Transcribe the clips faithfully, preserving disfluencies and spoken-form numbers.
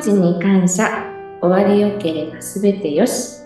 ちに感謝、終わりよければすべてよし。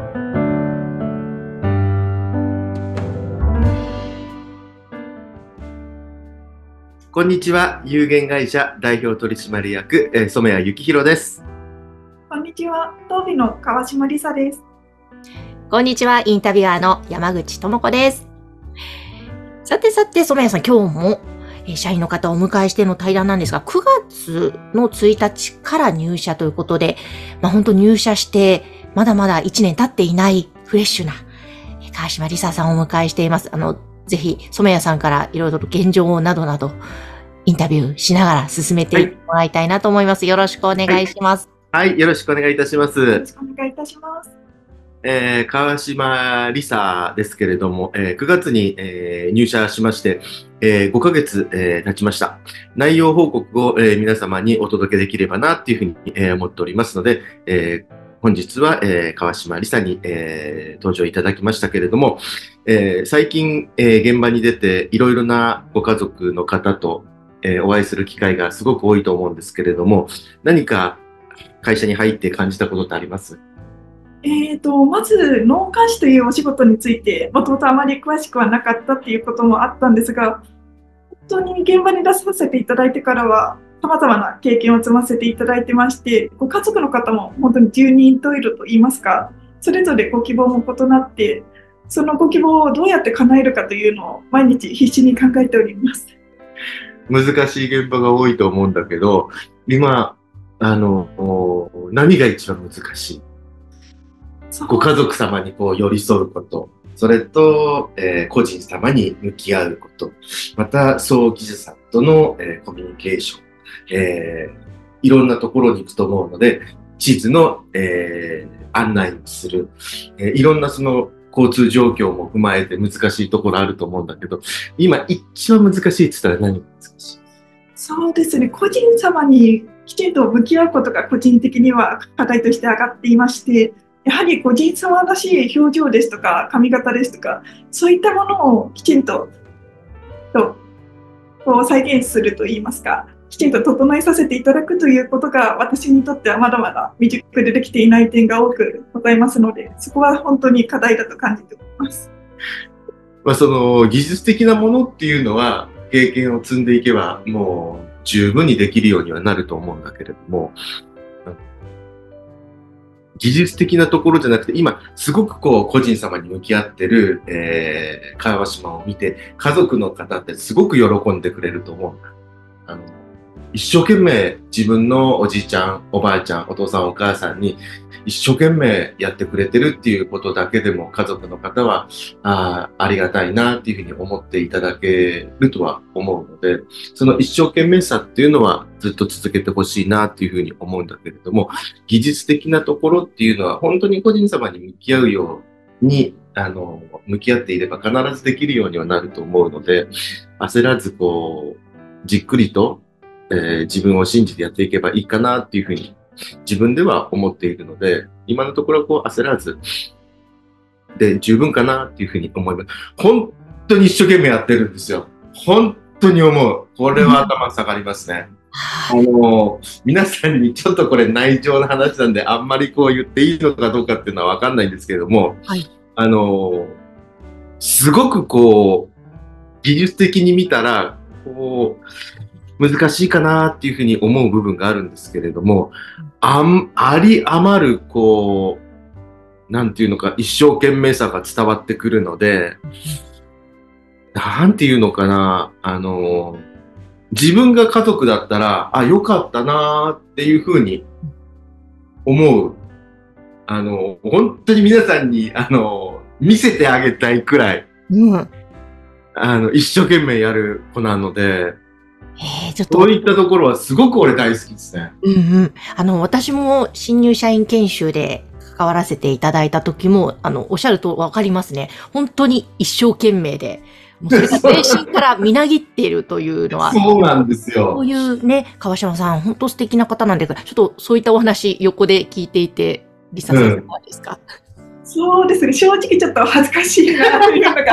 こんにちは。有限会社代表取締役、えー、染谷幸宏です。 こんにちは。当美の川島理沙です。 こんにちは。インタビュアーの山口智子です。さてさて、染谷さん、今日もえー社員の方をお迎えしての対談なんですが、くがつのついたちから入社ということで、まあ本当入社してまだまだいちねん経っていないフレッシュなえー川島理沙さんをお迎えしています。あの、ぜひ染谷さんからいろいろと現状などなどインタビューしながら進めていってもらいたいなと思います。よろしくお願いします。 はい、はい、よろしくお願いいたします。 よろしくお願いいたします。 えー、川島理沙ですけれども、えー、くがつに、えー、入社しまして、えー、ごかげつ、えー、経ちました。内容報告を、えー、皆様にお届けできればなっていうふうに、えー、思っておりますので、えー、本日は、えー、川島理沙に、えー、登場いただきましたけれども、えー、最近、えー、現場に出ていろいろなご家族の方と、えー、お会いする機会がすごく多いと思うんですけれども、何か会社に入って感じたことってあります？ えーと、まず納棺師というお仕事についてもともとあまり詳しくはなかったっていうこともあったんですが、本当に現場に出させていただいてからは様々な経験を積ませていただいてまして、ご家族の方も本当に十人十色といいますか、それぞれご希望も異なって、そのご希望をどうやって叶えるかというのを毎日必死に考えております。 難しい現場が多いと思うんだけど、今、あの、何が一番難しい？ご家族様にこう寄り添うこと、それと、えー、個人様に向き合うこと、また葬儀社さんとの、えー、コミュニケーション、えー、いろんなところに行くと思うので、地図の、えー、案内をする、えー、いろんなその交通状況も踏まえて難しいところあると思うんだけど、今一番難しいって言ったら何が難しい？ そうですね、個人様にきちんと向き合うことが個人的には課題として上がっていまして、やはり個人様らしい表情ですとか髪型ですとか、そういったものをきちんととこう再現するといいますか、きちんと整えさせていただくということが私にとってはまだまだ未熟でできていない点が多くございますので、そこは本当に課題だと感じております。 まあ、その技術的なものっていうのは経験を積んでいけばもう十分にできるようにはなると思うんだけれども、技術的なところじゃなくて、今すごくこう個人様に向き合ってる、えー、川島を見て家族の方ってすごく喜んでくれると思うんだ。あの一生懸命自分のおじいちゃん、おばあちゃん、お父さん、お母さんに一生懸命やってくれてるっていうことだけでも家族の方はあありがたいなっていうふうに思っていただけるとは思うので、その一生懸命さっていうのはずっと続けてほしいなっていうふうに思うんだけれども、技術的なところっていうのは本当に個人様に向き合うようにあの向き合っていれば必ずできるようにはなると思うので、焦らずこうじっくりとえー、自分を信じてやっていけばいいかなっていうふうに自分では思っているので、今のところはこう焦らずで十分かなっていうふうに思います。本当に一生懸命やってるんですよ。本当に思う。これは頭下がりますね。あの皆さんにちょっとこれ内情の話なんであんまりこう言っていいのかどうかっていうのは分かんないんですけれども、はい、あのすごくこう技術的に見たらこう難しいかなっていうふうに思う部分があるんですけれども、あん、あり余る、こう、なんていうのか、一生懸命さが伝わってくるので、なんていうのかな、あの、自分が家族だったら、あ、よかったなっていうふうに思う。あの、本当に皆さんに、あの、見せてあげたいくらい、うん、あの、一生懸命やる子なので、えー、ちょっとそういったところはすごく俺大好きですね。 うんうん。あの、私も新入社員研修で関わらせていただいた時も、あの、おっしゃるとわかりますね。本当に一生懸命で、もうそれが全身からみなぎっているというのは。 そうなんですよ。 そういうね、川島さん、本当素敵な方なんですが、ちょっとそういったお話横で聞いていて、理沙さんいかがですか？ うん、そうですね、正直ちょっと恥ずかしいなというのが本音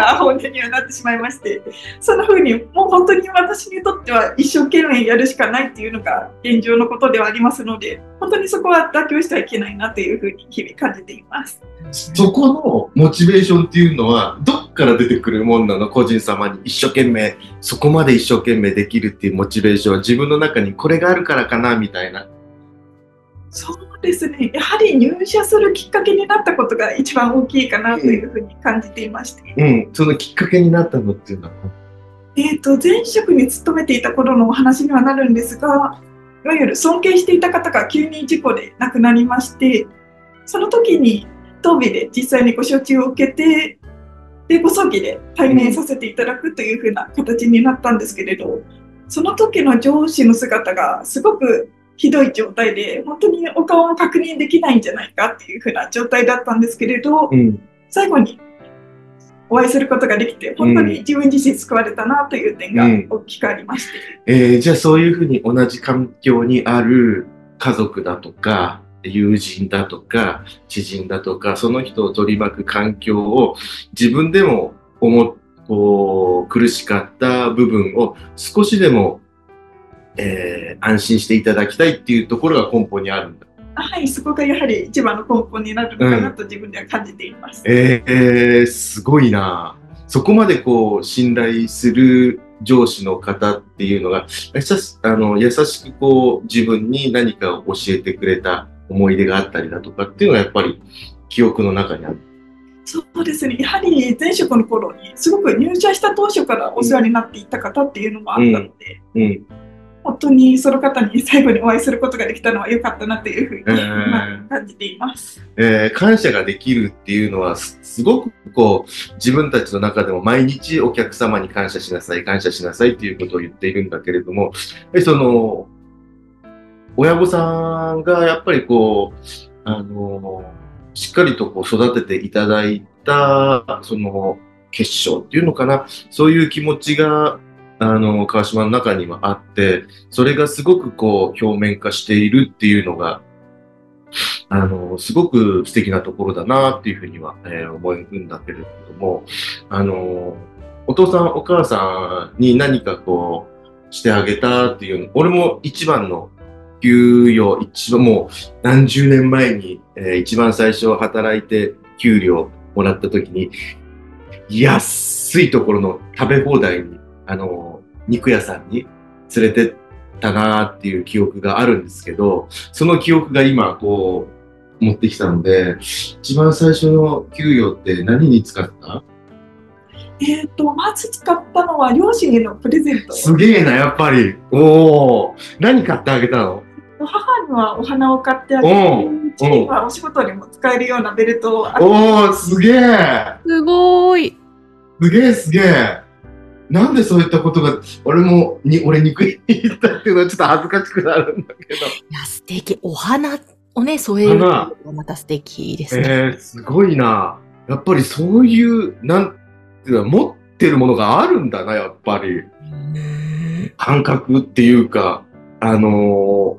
けにはなってしまいまして、そんな風にもう本当に私にとっては一生懸命やるしかないっていうのが現状のことではありますので、本当にそこは妥協してはいけないなという風に日々感じています。 そこのモチベーションっていうのはどっから出てくるもんなの？個人様に一生懸命、そこまで一生懸命できるっていうモチベーションは自分の中にこれがあるからかなみたいな。 そうですね。やはり入社するきっかけになったことが一番大きいかなというふうに感じていまして。 うん、そのきっかけになったのっていうのは、 えっと、前職に勤めていた頃のお話にはなるんですが、いわゆる尊敬していた方が急に事故で亡くなりまして、その時に当備で実際にご処置を受けて、で、ご葬儀で対面させていただくというふうな形になったんですけれど、その時の上司の姿がすごくひどい状態で、本当にお顔も確認できないんじゃないかっていうふうな状態だったんですけれど、うん、最後にお会いすることができて、本当に自分自身救われたなという点が大きくありまして。 うん、えー、じゃあそういうふうに同じ環境にある家族だとか、友人だとか、知人だとか、その人を取り巻く環境を自分でも思こう苦しかった部分を少しでも、えー、安心していただきたいっていうところが根本にあるんだ。 はい、そこがやはり一番の根本になるのかなと自分では感じています。 うん、えー、すごいな。そこまでこう信頼する上司の方っていうのが優し、あの優しくこう自分に何かを教えてくれた思い出があったりだとかっていうのはやっぱり記憶の中にある。 そうですね。やはり前職の頃にすごく入社した当初からお世話になっていた方っていうのもあったので、うんうん、本当にその方に最後にお会いすることができたのは良かったなというふうに、えー、感じています、 えー。感謝ができるっていうのはすごくこう自分たちの中でも毎日お客様に感謝しなさい、感謝しなさいっていうことを言っているんだけれども、その親御さんがやっぱりこうあのしっかりとこう育てていただいたその結晶っていうのかな、そういう気持ちがあの川島の中にはあって、それがすごくこう表面化しているっていうのがあのすごく素敵なところだなっていうふうには、えー、思うんだけれども、あのお父さんお母さんに何かこうしてあげたっていうの、俺も一番の給与、一番もう何十年前に、えー、一番最初働いて給料もらった時に安いところの食べ放題にあの肉屋さんに連れてったなーっていう記憶があるんですけど、その記憶が今こう持ってきたので、一番最初の給与って何に使った？ えっと、まず使ったのは両親へのプレゼント。 すげえな、やっぱり。おー。何買ってあげたの？ 母にはお花を買ってあげて、うちにはお仕事にも使えるようなベルトをあげて。 おー、すげえ。 すごーい。 すげえすげえ。なんでそういったことが、俺も、に、俺憎い言ったっていうのはちょっと恥ずかしくなるんだけど。いや、素敵。お花をね、添えるのがまた素敵ですね。 えー、すごいな。やっぱりそういう、なんていうの、持ってるものがあるんだな、やっぱり。感覚っていうか、あの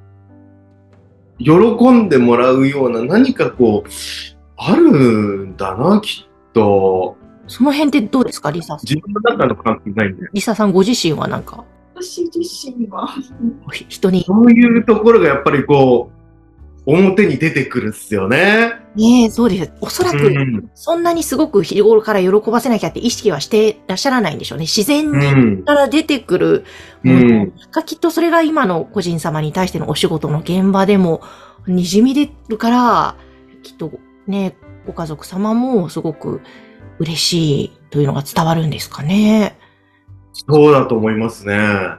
ー、喜んでもらうような何かこう、あるんだな、きっと。 その辺ってどうですか、リサさん。 自分の中の感覚ないんだよ。 リサさんご自身はなんか。 私自身は。 人に。 そういうところがやっぱりこう、表に出てくるっすよね。 ねえ、そうです。おそらく、そんなにすごく日頃から喜ばせなきゃって意識はしてらっしゃらないんでしょうね。自然にから出てくるものが、きっとそれが今の個人様に対してのお仕事の現場でも滲み出るから、きっとね、ご家族様もすごく嬉しいというのが伝わるんですかね。 そうだと思いますね。あ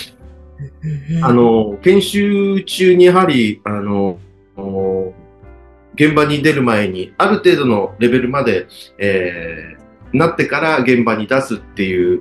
の、研修中にやはり、あの、現場に出る前に、ある程度のレベルまで、えー、なってから現場に出すっていう、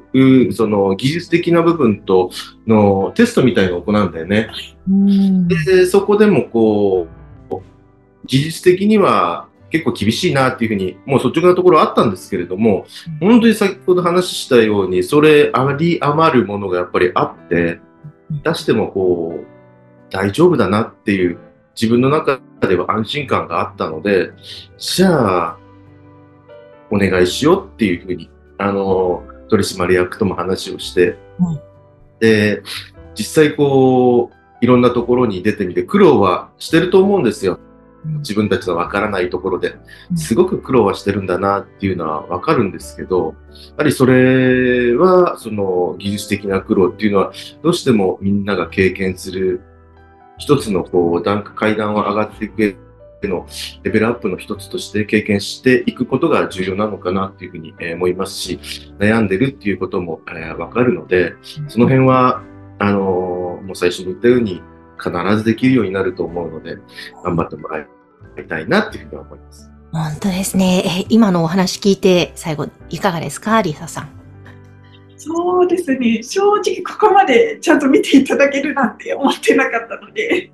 その技術的な部分とのテストみたいなのを行うんだよね。で、そこでもこう、技術的には結構厳しいなっていうふうに、もう率直なところあったんですけれども、本当に先ほど話したように、それあり余るものがやっぱりあって、出してもこう、大丈夫だなっていう、自分の中では安心感があったので、じゃあ、お願いしようっていうふうにあの、取締役とも話をして、 うん、 で、実際こう、いろんなところに出てみて苦労はしてると思うんですよ。自分たちのわからないところで。すごく苦労はしてるんだなっていうのはわかるんですけど、やはりそれは、その技術的な苦労っていうのは、どうしてもみんなが経験する一つのこう、段階段を上がっていく上のレベルアップの一つとして経験していくことが重要なのかなっていうふうに思いますし、悩んでるっていうこともわかるので、その辺は、あの、もう最初に言ったように必ずできるようになると思うので、頑張ってもらいたいなっていうふうに思います。 本当ですね。え、今のお話聞いて最後いかがですか、リサさん。 そうですね。正直ここまでちゃんと見ていただけるなんて思ってなかったので、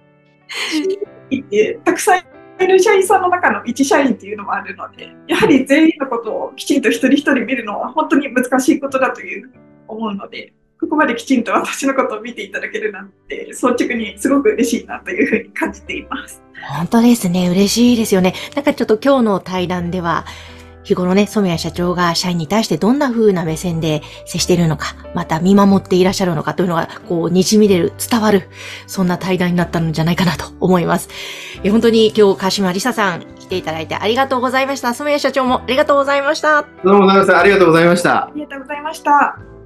たくさんいる社員さんの中の一社員っていうのもあるので、やはり全員のことをきちんと一人一人見るのは本当に難しいことだというふうに思うので、ここまできちんと私のことを見ていただけるなんて、率直にすごく嬉しいなというふうに感じています。 本当ですね。嬉しいですよね。なんかちょっと今日の対談では、日頃ね、染谷社長が社員に対してどんな風な目線で接しているのか、また見守っていらっしゃるのかというのが、こう、滲み出る、伝わる、そんな対談になったんじゃないかなと思います。え本当に今日、川島りささん来ていただいてありがとうございました。染谷社長もありがとうございました。 どうも、長瀬さんありがとうございました。 ありがとうございました。